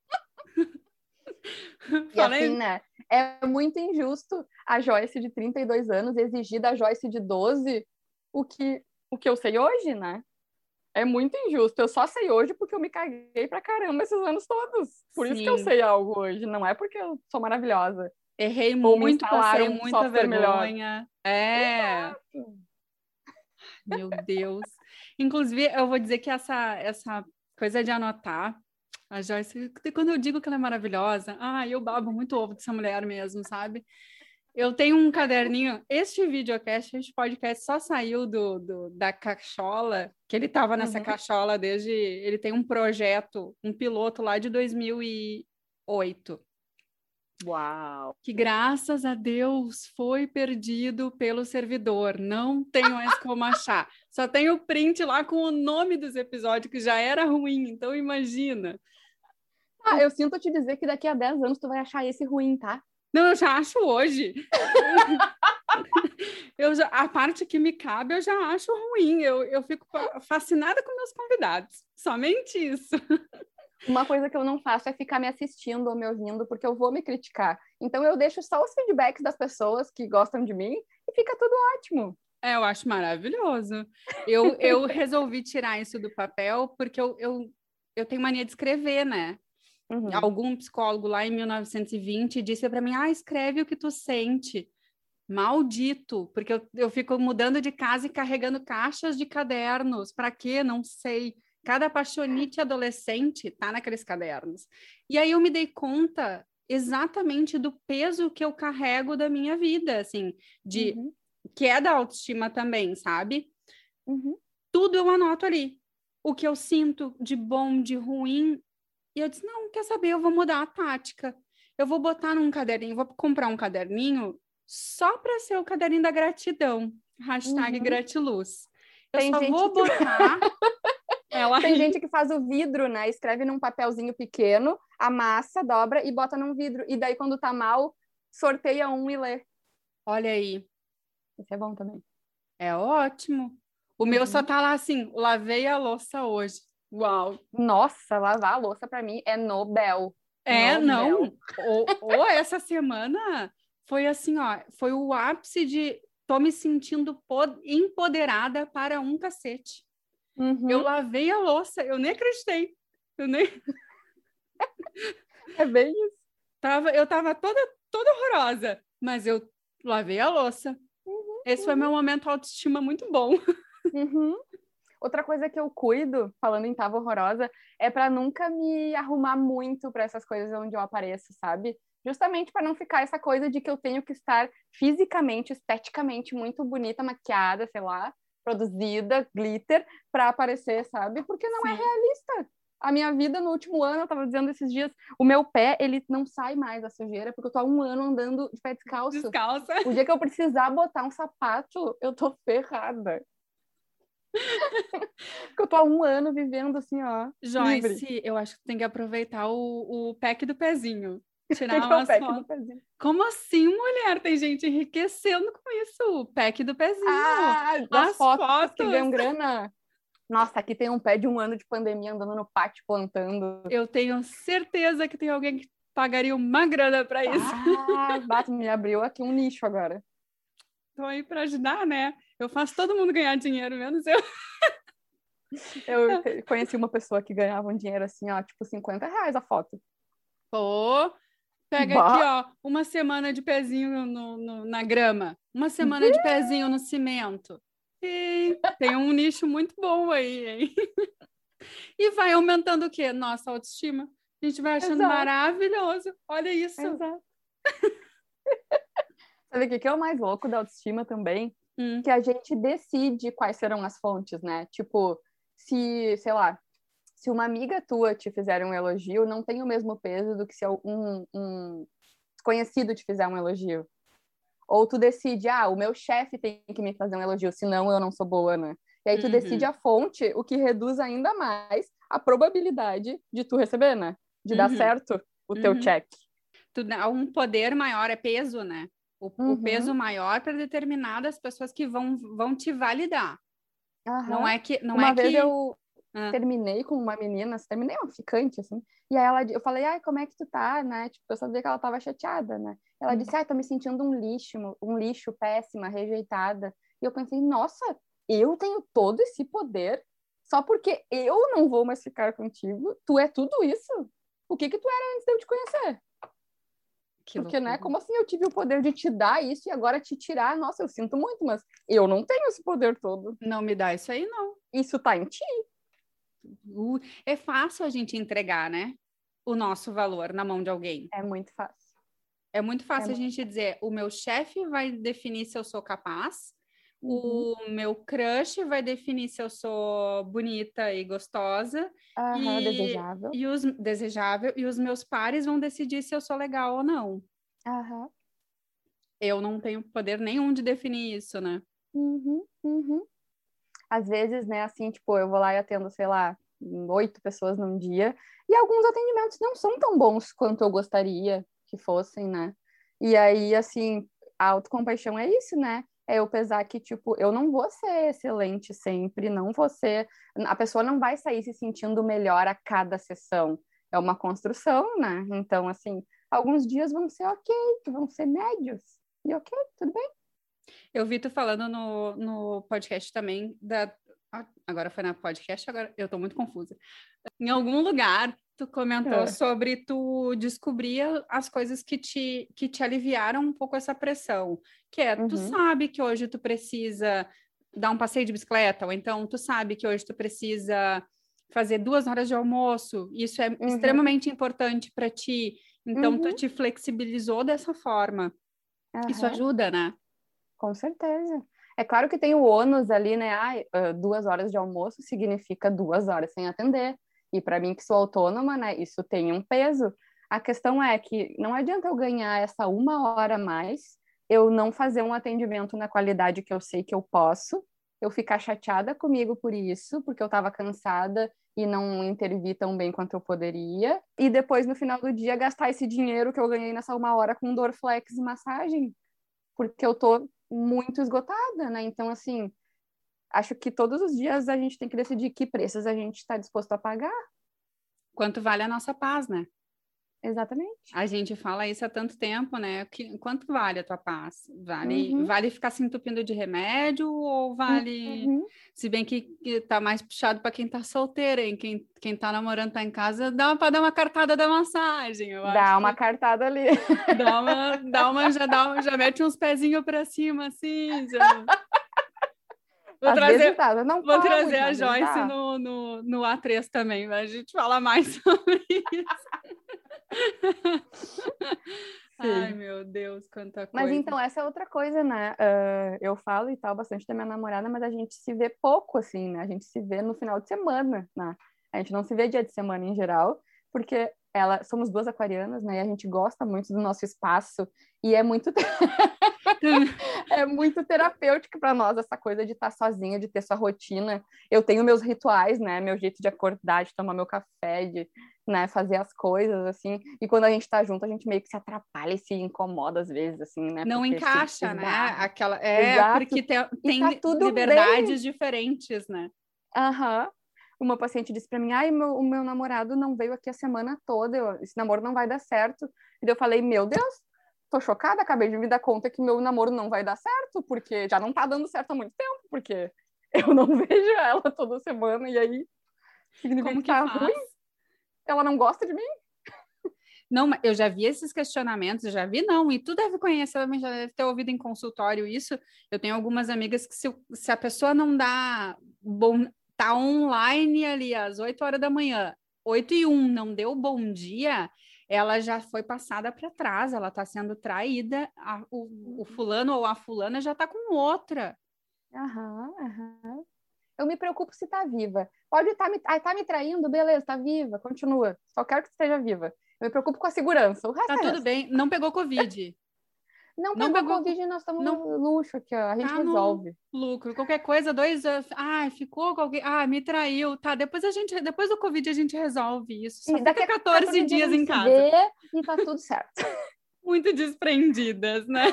E assim, né? É muito injusto a Joyce de trinta e dois anos exigir da Joyce de doze o que, o que eu sei hoje, né? É muito injusto. Eu só sei hoje porque eu me caguei pra caramba esses anos todos. Por isso que eu Sim. sei algo hoje. Não é porque eu sou maravilhosa. Errei Ou me muito, passei instalaram um muita software melhor. vergonha. É. Exato. Meu Deus. Inclusive, eu vou dizer que essa, essa coisa de anotar, a Joyce, quando eu digo que ela é maravilhosa, ah, eu babo muito ovo dessa mulher mesmo, sabe? Eu tenho um caderninho. Este videocast, este podcast só saiu do, do, da cachola, que ele estava nessa Uhum. cachola desde... Ele tem um projeto, um piloto lá de dois mil e oito. Uau! Que graças a Deus foi perdido pelo servidor. Não tenho mais como achar. Só tem o print lá com o nome dos episódios, que já era ruim. Então, imagina. Ah, eu sinto te dizer que daqui a dez anos tu vai achar esse ruim, tá? Não, eu já acho hoje. Eu já, a parte que me cabe eu já acho ruim. Eu, eu fico fascinada com meus convidados. Somente isso. Uma coisa que eu não faço é ficar me assistindo ou me ouvindo, porque eu vou me criticar. Então eu deixo só os feedbacks das pessoas que gostam de mim e fica tudo ótimo. É, eu acho maravilhoso. Eu, eu resolvi tirar isso do papel porque eu, eu, eu tenho mania de escrever, né? Uhum. Algum psicólogo lá em mil novecentos e vinte disse para mim, ah, escreve o que tu sente. Maldito, porque eu, eu fico mudando de casa e carregando caixas de cadernos. Para quê? Não sei. Cada apaixonite adolescente tá naqueles cadernos. E aí eu me dei conta exatamente do peso que eu carrego da minha vida, assim, de Uhum. que é da autoestima também, sabe? Uhum. Tudo eu anoto ali. O que eu sinto de bom, de ruim. E eu disse, não, quer saber? Eu vou mudar a tática. Eu vou botar num caderninho, vou comprar um caderninho só para ser o caderninho da gratidão. Hashtag Uhum. gratiluz. Eu Tem só gente vou que... botar ela Tem aí. gente que faz o vidro, né? Escreve num papelzinho pequeno, amassa, dobra e bota num vidro. E daí, quando tá mal, sorteia um e lê. Olha aí. Isso é bom também. É ótimo. O Uhum. meu só tá lá assim, lavei a louça hoje. Uau. Nossa, lavar a louça pra mim é Nobel. É, Nobel. não. Ou, ou essa semana foi assim, ó, foi o ápice de tô me sentindo empoderada para um cacete. Uhum. Eu lavei a louça, eu nem acreditei. Eu nem É bem isso. tava, eu tava toda toda horrorosa, mas eu lavei a louça. Uhum. Esse uhum. foi meu momento autoestima muito bom. Uhum. Outra coisa que eu cuido, falando em tava horrorosa, é para nunca me arrumar muito para essas coisas onde eu apareço, sabe? Justamente para não ficar essa coisa de que eu tenho que estar fisicamente, esteticamente muito bonita, maquiada, sei lá, produzida, glitter, para aparecer, sabe? Porque não Sim. é realista. A minha vida no último ano, eu tava dizendo esses dias, o meu pé, ele não sai mais da sujeira, porque eu tô há um ano andando de pé descalço. Descalça. O dia que eu precisar botar um sapato, eu tô ferrada. Porque eu tô há um ano vivendo assim, ó. Joyce, livre. eu acho que tem que aproveitar o, o pack do pezinho. O Tirar que, que é o umas pack do fotos. pezinho? Como assim, mulher? Tem gente enriquecendo com isso. O pack do pezinho. Ah, das As fotos, fotos. que ganham grana. Nossa, aqui tem um pé de um ano de pandemia andando no pátio plantando. Eu tenho certeza que tem alguém que pagaria uma grana para isso. Ah, bato, me abriu aqui um nicho agora. Tô aí para ajudar, né? Eu faço todo mundo ganhar dinheiro, menos eu. Eu conheci uma pessoa que ganhava um dinheiro assim, ó, tipo cinquenta reais a foto. Pô, pega Bah. aqui, ó, uma semana de pezinho no, no, na grama, uma semana de pezinho no cimento. E tem um nicho muito bom aí, hein? E vai aumentando o quê? Nossa autoestima. A gente vai achando Exato. maravilhoso. Olha isso. Exato. Sabe o que que é o mais louco da autoestima também? Hum. Que a gente decide quais serão as fontes, né? Tipo, se, sei lá, se uma amiga tua te fizer um elogio, não tem o mesmo peso do que se um, um desconhecido te fizer um elogio. Ou tu decide, ah, o meu chefe tem que me fazer um elogio, senão eu não sou boa, né? E aí tu Uhum. decide a fonte, o que reduz ainda mais a probabilidade de tu receber, né? De Uhum. dar certo o teu Uhum. check. Tu dá um poder maior, é peso, né? O, Uhum. o peso maior para determinadas pessoas que vão, vão te validar. Uhum. Não é que... Não uma é vez que... eu ah. terminei com uma menina, terminei uma ficante, assim, e aí ela, eu falei, ai, como é que tu tá, né? Tipo, eu sabia que ela tava chateada, né? Ela Hum. disse, ai, tô me sentindo um lixo, um lixo, péssima, rejeitada. E eu pensei, nossa, eu tenho todo esse poder só porque eu não vou mais ficar contigo? Tu é tudo isso? O que que tu era antes de eu te conhecer? Que Porque, loucura. né, como assim eu tive o poder de te dar isso e agora te tirar? Nossa, eu sinto muito, mas eu não tenho esse poder todo. Não me dá isso aí, não. Isso tá em ti. Uh, é fácil a gente entregar, né? O nosso valor na mão de alguém. É muito fácil. É muito fácil É a gente dizer, o meu chefe vai definir se eu sou capaz, Uhum. o meu crush vai definir se eu sou bonita e gostosa, Aham, e, desejável. e os desejável, e os meus pares vão decidir se eu sou legal ou não. Aham. Eu não tenho poder nenhum de definir isso, né? Uhum, uhum. Às vezes, né, assim, tipo, eu vou lá e atendo, sei lá, oito pessoas num dia, e alguns atendimentos não são tão bons quanto eu gostaria que fossem, né? E aí, assim, a autocompaixão é isso, né? É eu pesar que, tipo, eu não vou ser excelente sempre, não vou ser. A pessoa não vai sair se sentindo melhor a cada sessão. É uma construção, né? Então, assim, alguns dias vão ser ok, vão ser médios. E ok, tudo bem. Eu vi tu falando no, no podcast também da. Ah, agora foi na podcast, agora eu tô muito confusa. Em algum lugar, tu comentou É. sobre tu descobrir as coisas que te, que te aliviaram um pouco essa pressão. Que é, tu Uhum, sabe que hoje tu precisa dar um passeio de bicicleta, ou então tu sabe que hoje tu precisa fazer duas horas de almoço, isso é uhum, extremamente importante para ti, então tu uhum, te flexibilizou dessa forma. Isso aham. ajuda, né? Com certeza. É claro que tem o ônus ali, né? Ai, ah, duas horas de almoço significa duas horas sem atender. E para mim, que sou autônoma, né? Isso tem um peso. A questão é que não adianta eu ganhar essa uma hora a mais, eu não fazer um atendimento na qualidade que eu sei que eu posso, eu ficar chateada comigo por isso, porque eu estava cansada e não intervi tão bem quanto eu poderia, e depois, no final do dia, gastar esse dinheiro que eu ganhei nessa uma hora com Dorflex e massagem, porque eu tô muito esgotada, né? Então, assim, acho que todos os dias a gente tem que decidir que preços a gente está disposto a pagar. Quanto vale a nossa paz, né? Exatamente. A gente fala isso há tanto tempo, né? Que, quanto vale a tua paz? Vale, Uhum, vale ficar se entupindo de remédio ou vale. uhum. Se bem que, que tá mais puxado para quem tá solteira, hein? Quem, quem tá namorando, tá em casa, dá para dar uma cartada da massagem. Eu acho Dá uma que cartada ali. dá uma, dá uma, já dá uma, já mete uns pezinhos para cima, assim. Já. Vou Às vezes trazer, dá, não vou como, trazer mas a às vezes Joyce dá. no, no, no A três também, a gente fala mais sobre isso. Ai, Sim. meu Deus, quanta Mas coisa. então, essa é outra coisa, né? Ah, eu falo e tal bastante da minha namorada, mas a gente se vê pouco, assim, né? A gente se vê no final de semana, né? A gente não se vê dia de semana em geral, porque ela, somos duas aquarianas, né? E a gente gosta muito do nosso espaço e é muito é muito terapêutico para nós essa coisa de estar sozinha, de ter sua rotina. Eu tenho meus rituais, né? Meu jeito de acordar, de tomar meu café, de, né, fazer as coisas assim. E quando a gente tá junto, a gente meio que se atrapalha e se incomoda às vezes, assim, né? Não Porque se encaixa, né? esbarra. Aquela é Exato. porque tem, E tem tá li- tudo bem. liberdades diferentes, né? Aham. Uma paciente disse para mim: ai, meu, o meu namorado não veio aqui a semana toda, eu, esse namoro não vai dar certo. E daí eu falei: meu Deus, tô chocada, acabei de me dar conta que meu namoro não vai dar certo, porque já não tá dando certo há muito tempo, porque eu não vejo ela toda semana, e aí significa Como que que tá faz? ruim, ela não gosta de mim. Não, mas eu já vi esses questionamentos, eu já vi, não, e tu deve conhecer, também já deve ter ouvido em consultório isso. Eu tenho algumas amigas que se, se a pessoa não dá bom, tá online ali às oito horas da manhã, oito e um, não deu bom dia, ela já foi passada para trás, ela está sendo traída, a, o, o fulano ou a fulana já está com outra. Aham, aham. Eu me preocupo se tá viva. Pode estar tá me, ai, tá me traindo, beleza, tá viva, continua. Só quero que esteja viva. Eu me preocupo com a segurança, o Tá resto é tudo resto. bem, não pegou Covid. Não Não pegou pegou, co- Covid e nós estamos não no luxo aqui, ó. A gente tá no resolve. lucro. Qualquer coisa, dois anos. Ah, ficou com alguém. Ah, me traiu. Tá, depois a gente, depois do Covid a gente resolve isso. Só E fica daqui a quatorze quatorze dias a dias gente em se casa. vê e tá tudo certo. Muito desprendidas, né?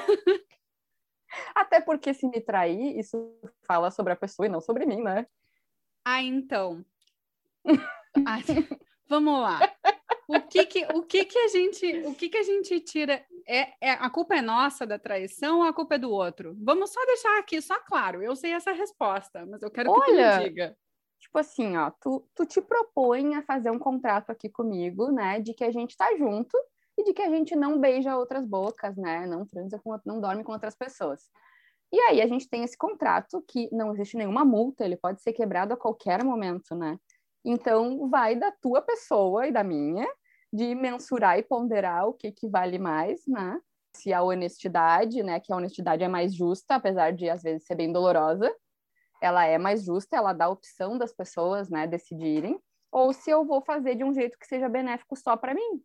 Até porque se me trair, isso fala sobre a pessoa e não sobre mim, né? Ah, então. Ah, vamos lá. O que que, o que que a gente, o que que a gente tira? É, é, a culpa é nossa da traição ou a culpa é do outro? Vamos só deixar aqui, só claro, eu sei essa resposta, mas eu quero que tu me Olha, diga. tipo assim, ó, tu, tu te propõe a fazer um contrato aqui comigo, né? De que a gente tá junto e de que a gente não beija outras bocas, né? Não transa com, não dorme com outras pessoas. E aí a gente tem esse contrato que não existe nenhuma multa, ele pode ser quebrado a qualquer momento, né? Então vai da tua pessoa e da minha de mensurar e ponderar o que que vale mais, né? a honestidade, né? Que a honestidade é mais justa, apesar de às vezes ser bem dolorosa. Ela é mais justa, ela dá a opção das pessoas, né, decidirem, ou se eu vou fazer de um jeito que seja benéfico só para mim.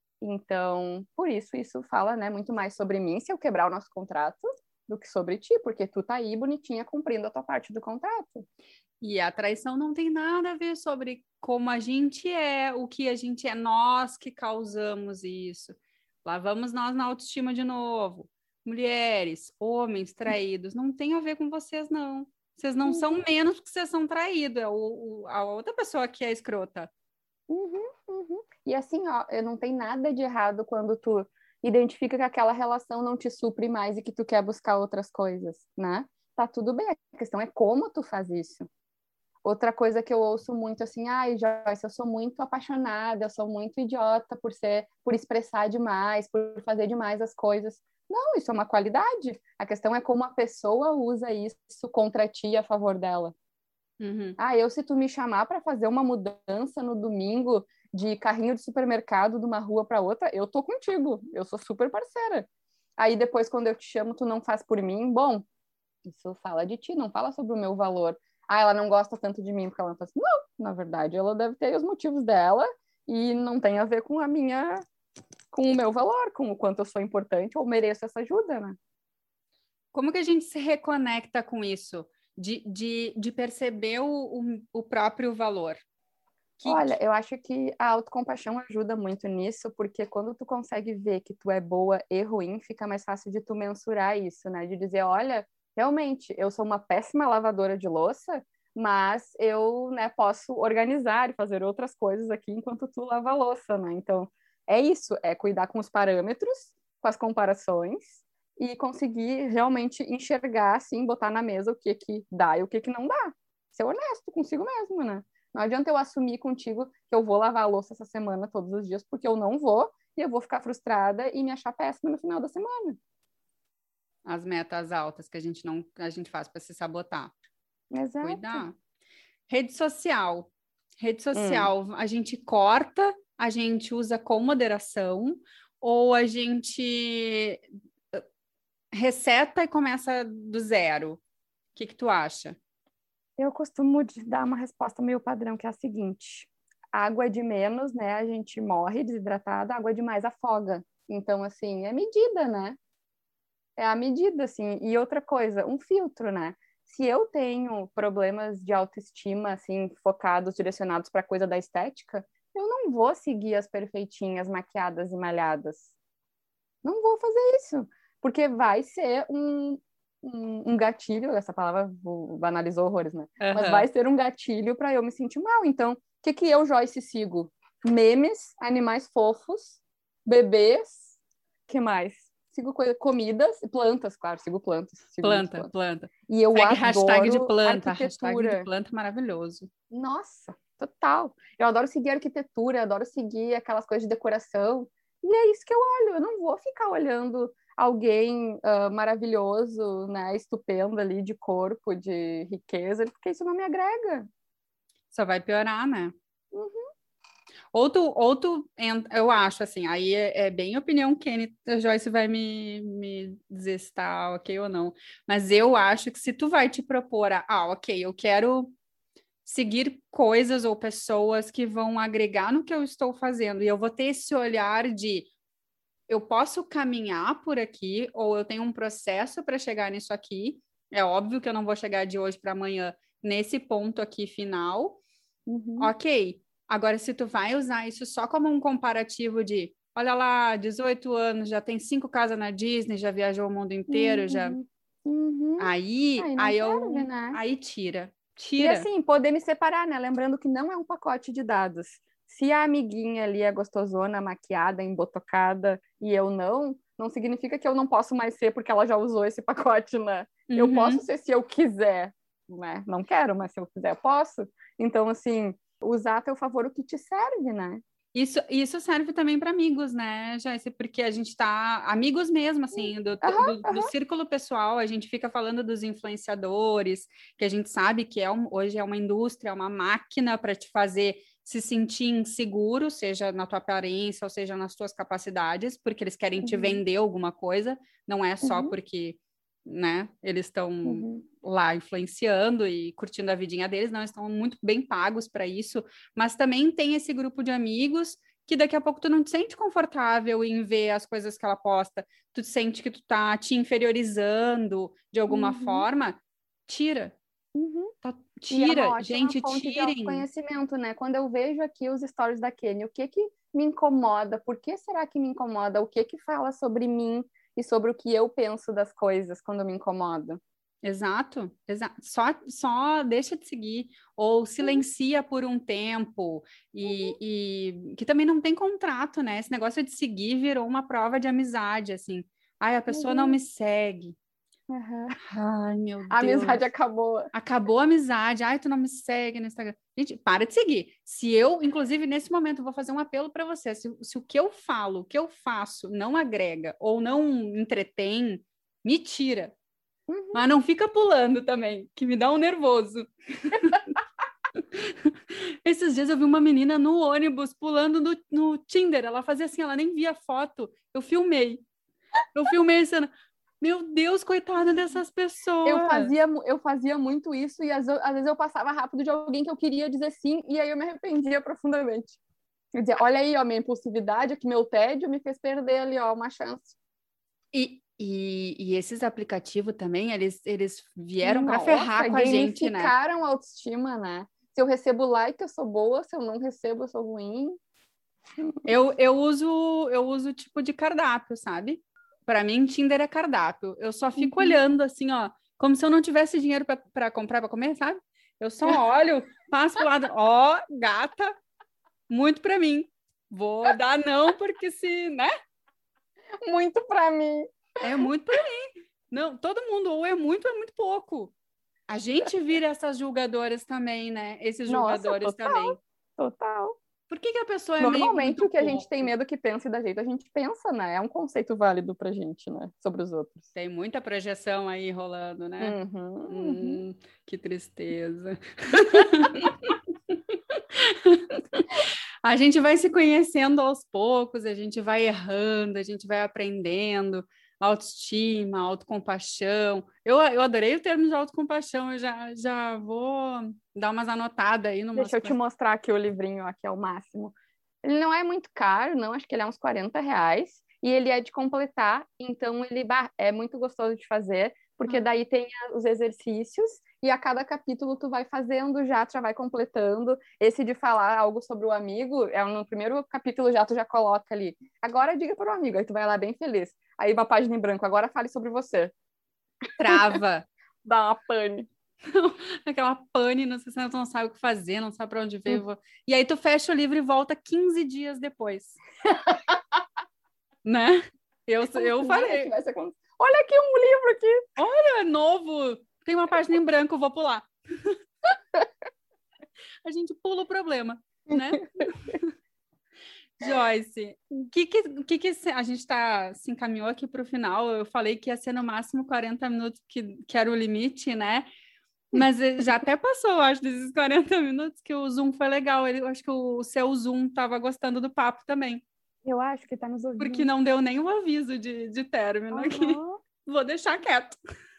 Então, por isso, isso fala, né, muito mais sobre mim, se eu quebrar o nosso contrato, do que sobre ti, porque tu tá aí bonitinha cumprindo a tua parte do contrato. E a traição não tem nada a ver sobre como a gente é, o que a gente é, nós que causamos isso. Lá vamos nós na autoestima de novo. Mulheres, homens traídos, não tem a ver com vocês, não. Vocês não uhum. são menos porque vocês são traídos. É o, o, a outra pessoa que é escrota. Uhum, uhum. E assim, ó, não tem nada de errado quando tu identifica que aquela relação não te supre mais e que tu quer buscar outras coisas, né? Tá tudo bem. A questão é como tu faz isso. Outra coisa que eu ouço muito assim, ai, Joyce, eu sou muito apaixonada, eu sou muito idiota por ser, por expressar demais, por fazer demais as coisas. Não, isso é uma qualidade. A questão é como a pessoa usa isso contra ti e a favor dela. Uhum. Ah, eu se tu me chamar para fazer uma mudança no domingo de carrinho de supermercado de uma rua para outra, eu tô contigo. Eu sou super parceira. Aí depois quando eu te chamo, tu não faz por mim, bom, isso fala de ti, não fala sobre o meu valor. Ah, ela não gosta tanto de mim porque ela não faz. Não, na verdade, ela deve ter os motivos dela e não tem a ver com a minha, com o meu valor, com o quanto eu sou importante ou mereço essa ajuda, né? Como que a gente se reconecta com isso? De, de, de perceber o, o, o próprio valor? Que, Olha, que... eu acho que a autocompaixão ajuda muito nisso, porque quando tu consegue ver que tu é boa e ruim, fica mais fácil de tu mensurar isso, né? De dizer, olha, realmente, eu sou uma péssima lavadora de louça, mas eu, né, posso organizar e fazer outras coisas aqui enquanto tu lava a louça, né? Então, é isso, é cuidar com os parâmetros, com as comparações e conseguir realmente enxergar, assim, botar na mesa o que que dá e o que que não dá. Ser honesto consigo mesmo, né? Não adianta eu assumir contigo que eu vou lavar a louça essa semana todos os dias, porque eu não vou e eu vou ficar frustrada e me achar péssima no final da semana. As metas altas que a gente não a gente faz para se sabotar. Exato. Cuidar. Rede social. Rede social, hum. a gente corta, a gente usa com moderação, ou a gente reseta e começa do zero? O que que tu acha? Eu costumo dar uma resposta meio padrão, que é a seguinte: água de menos, né? A gente morre desidratada, água de mais afoga. Então, assim, é medida, né? É a medida, assim. E outra coisa, um filtro, né? Se eu tenho problemas de autoestima, assim, focados, direcionados para coisa da estética, eu não vou seguir as perfeitinhas, maquiadas e malhadas. Não vou fazer isso. Porque vai ser um, um, um gatilho, essa palavra banalizou horrores, né? Uhum. Mas vai ser um gatilho para eu me sentir mal. Então, o que, que eu, Joyce, sigo? Memes, animais fofos, bebês, que mais? Sigo coisa, comidas, plantas, claro, sigo plantas. Sigo planta, plantas. planta. E eu Segue adoro hashtag de planta, arquitetura. hashtag de planta maravilhoso. Nossa, total. Eu adoro seguir arquitetura, eu adoro seguir aquelas coisas de decoração. E é isso que eu olho. Eu não vou ficar olhando alguém uh, maravilhoso, né, estupendo ali de corpo, de riqueza, porque isso não me agrega. Só vai piorar, né? Uhum. Ou tu, ou tu, eu acho assim, aí é, é bem opinião Kenny, a Joyce vai me, me dizer se tá ok ou não, mas eu acho que se tu vai te propor a, ah, ok, eu quero seguir coisas ou pessoas que vão agregar no que eu estou fazendo, e eu vou ter esse olhar de eu posso caminhar por aqui, ou eu tenho um processo para chegar nisso aqui, é óbvio que eu não vou chegar de hoje para amanhã nesse ponto aqui final, uhum. Ok, agora, se tu vai usar isso só como um comparativo de, olha lá, dezoito anos, já tem cinco casas na Disney, já viajou o mundo inteiro, uhum. já... Uhum. Aí, aí, aí eu... serve, né? Aí tira. Tira. E assim, poder me separar, né? Lembrando que não é um pacote de dados. Se a amiguinha ali é gostosona, maquiada, embotocada, e eu não, não significa que eu não posso mais ser porque ela já usou esse pacote, né? Uhum. Eu posso ser se eu quiser, né? Não quero, mas se eu quiser, eu posso. Então, assim... usar a teu favor o que te serve, né? Isso, isso serve também para amigos, né, Joyce? Porque a gente tá... Amigos mesmo, assim, do, uhum, do, uhum. do círculo pessoal, a gente fica falando dos influenciadores, que a gente sabe que é um, hoje é uma indústria, é uma máquina para te fazer se sentir inseguro, seja na tua aparência ou seja nas tuas capacidades, porque eles querem te Uhum. vender alguma coisa, não é só Uhum. porque, né, eles estão Uhum. lá influenciando e curtindo a vidinha deles, não, estão muito bem pagos para isso, mas também tem esse grupo de amigos que daqui a pouco tu não te sente confortável em ver as coisas que ela posta, tu sente que tu tá te inferiorizando de alguma Uhum. forma, tira. Uhum. Tá, E é uma tira, ótima gente, fonte de tirem. autoconhecimento, né? Quando eu vejo aqui os stories da Kenny, o que que me incomoda? Por que será que me incomoda? O que que fala sobre mim e sobre o que eu penso das coisas quando me incomoda? Exato, exato. Só, só deixa de seguir ou silencia por um tempo e, e que também não tem contrato, né? Esse negócio de seguir virou uma prova de amizade, assim. Ai, a pessoa não Uhum. me segue. Uhum. Ai, meu A amizade Deus. acabou. Acabou a amizade. Ai, tu não me segue no Instagram. Gente, para de seguir. Se eu, inclusive, nesse momento, vou fazer um apelo para você. Se, se o que eu falo, o que eu faço não agrega ou não entretém, me tira. Uhum. Mas não fica pulando também, que me dá um nervoso. Esses dias eu vi uma menina no ônibus pulando no, no Tinder. Ela fazia assim, ela nem via foto. Eu filmei. Eu filmei a cena. Meu Deus, coitada dessas Eu pessoas. fazia, mu- eu fazia muito isso e às, às vezes eu passava rápido de alguém que eu queria dizer sim e aí eu me arrependia profundamente. Eu dizia, olha aí, ó, minha impulsividade, aqui meu tédio me fez perder ali, ó, uma chance. E, e, e esses aplicativos também, eles, eles vieram para Nossa, ferrar com a gente, né? gamificaram a autoestima, né? Se eu recebo like, eu sou boa, se eu não recebo, eu sou ruim. Eu, eu uso eu uso tipo de cardápio, sabe? Para mim, Tinder é cardápio. Eu só fico Uhum. olhando assim, ó, como se eu não tivesse dinheiro para comprar para comer, sabe? Eu só olho, passo pro lado, ó, gata, muito para mim. Vou dar não porque se, né? Muito pra mim. É muito para mim. Não, todo mundo ou é muito ou é muito pouco. A gente vira essas julgadoras também, né? Esses Nossa, julgadores também. total, total. Por que que a pessoa é meio Normalmente muito o que a gente tem pouco? medo que pense da gente, a gente pensa, né? É um conceito válido pra gente, né? Sobre os outros. Tem muita projeção aí rolando, né? Uhum, uhum. Hum, que tristeza. A gente vai se conhecendo aos poucos, a gente vai errando, a gente vai aprendendo. Autoestima, autocompaixão. Eu, eu adorei o termo de autocompaixão, eu já, já vou dar umas anotadas aí numas Deixa eu te coisas. mostrar aqui o livrinho, aqui é o máximo. Ele não é muito caro, não, acho que ele é uns quarenta reais. E ele é de completar, então ele bah, é muito gostoso de fazer, porque Ah, daí tem os exercícios e a cada capítulo tu vai fazendo já, tu já vai completando. Esse de falar algo sobre o amigo, é no primeiro capítulo já tu já coloca ali. Agora diga para o amigo, aí tu vai lá bem feliz. Aí uma página em branco, agora fale sobre você. trava. Dá uma pane. Aquela pane, não sei se tu não sabe o que fazer, não sabe para onde Hum. veio. E aí tu fecha o livro e volta quinze dias depois. Né? Eu, Como eu se nada falei, tivesse acontecido. Olha aqui um livro aqui. é novo, tem uma página em branco, vou pular. A gente pula o problema, né? Joyce, o que que, que que a gente tá, se encaminhou aqui para o final? Eu falei que ia ser no máximo quarenta minutos, que, que era o limite, né? Mas já até passou, eu acho, desses quarenta minutos, que o Zoom foi legal. Ele, eu acho que o, o seu Zoom estava gostando do papo também, Eu acho que tá nos porque ouvindo. não deu nenhum aviso de, de término aqui. Aham. Vou deixar quieto.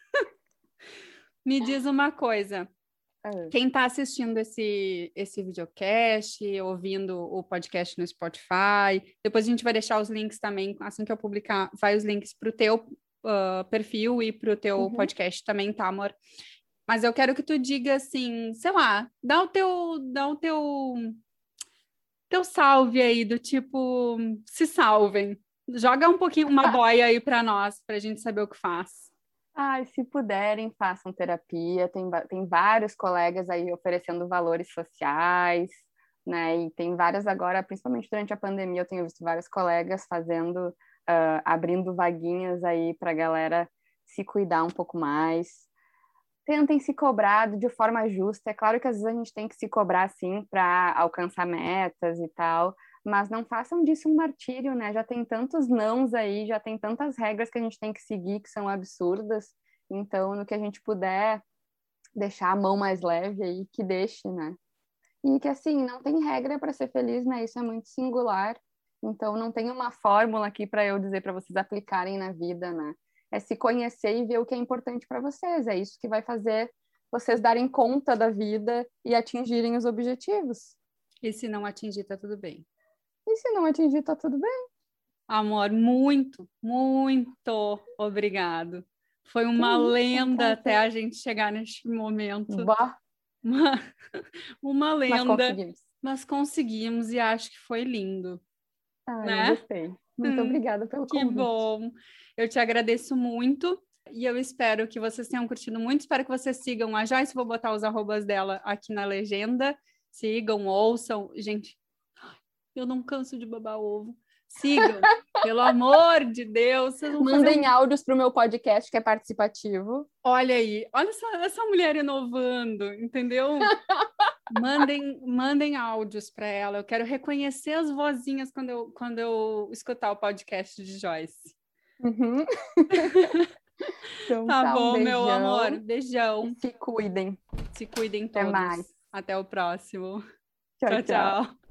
Me diz uma coisa. É. Quem está assistindo esse, esse videocast, ouvindo o podcast no Spotify, depois a gente vai deixar os links também, assim que eu publicar, vai os links para o teu uh, perfil e para o teu Uhum. podcast também, tá, amor? Mas eu quero que tu diga assim, sei lá, dá o teu, dá o teu, teu salve aí, do tipo, se salvem. Joga um pouquinho, uma boia aí para nós, para a gente saber o que faz. Ai, se puderem, façam terapia. Tem, va- tem vários colegas aí oferecendo valores sociais, né? E tem várias agora, principalmente durante a pandemia, eu tenho visto vários colegas fazendo, ah, abrindo vaguinhas aí para a galera se cuidar um pouco mais. Tentem se cobrar de forma justa. É claro que às vezes a gente tem que se cobrar assim para alcançar metas e tal, mas não façam disso um martírio, né? Já tem tantos nãos aí, já tem tantas regras que a gente tem que seguir que são absurdas. Então, no que a gente puder deixar a mão mais leve aí, que deixe, né? E que, assim, não tem regra para ser feliz, né? Isso é muito singular. Então, não tem uma fórmula aqui para eu dizer para vocês aplicarem na vida, né? É se conhecer e ver o que é importante para vocês. É isso que vai fazer vocês darem conta da vida e atingirem os objetivos. E se não atingir, tá tudo bem. E se não atingir, tá tudo bem. Amor, muito, muito obrigado. Foi uma isso, lenda um até a gente chegar neste momento. Bah. Uma, uma lenda, Mas conseguimos. mas conseguimos e acho que foi lindo, Ah, né? eu gostei. Muito Hum, obrigada pelo que convite. bom. Eu te agradeço muito e eu espero que vocês tenham curtido muito. Espero que vocês sigam a Joyce. Vou botar os arrobas dela aqui na legenda. Sigam, ouçam. Gente, eu não canso de babar ovo. Sigam, pelo amor de Deus. Vocês vão Mandem fazer um... áudios para o meu podcast, que é participativo. Olha aí, olha essa, essa mulher inovando, entendeu? Mandem, mandem áudios para ela. Eu quero reconhecer as vozinhas quando eu, quando eu escutar o podcast de Joyce. Uhum. Então, Tá tá, bom, um meu beijão. amor. Beijão. E se cuidem. Se cuidem Até todos. mais. Até o próximo. Tchau, Tchau, tchau. tchau.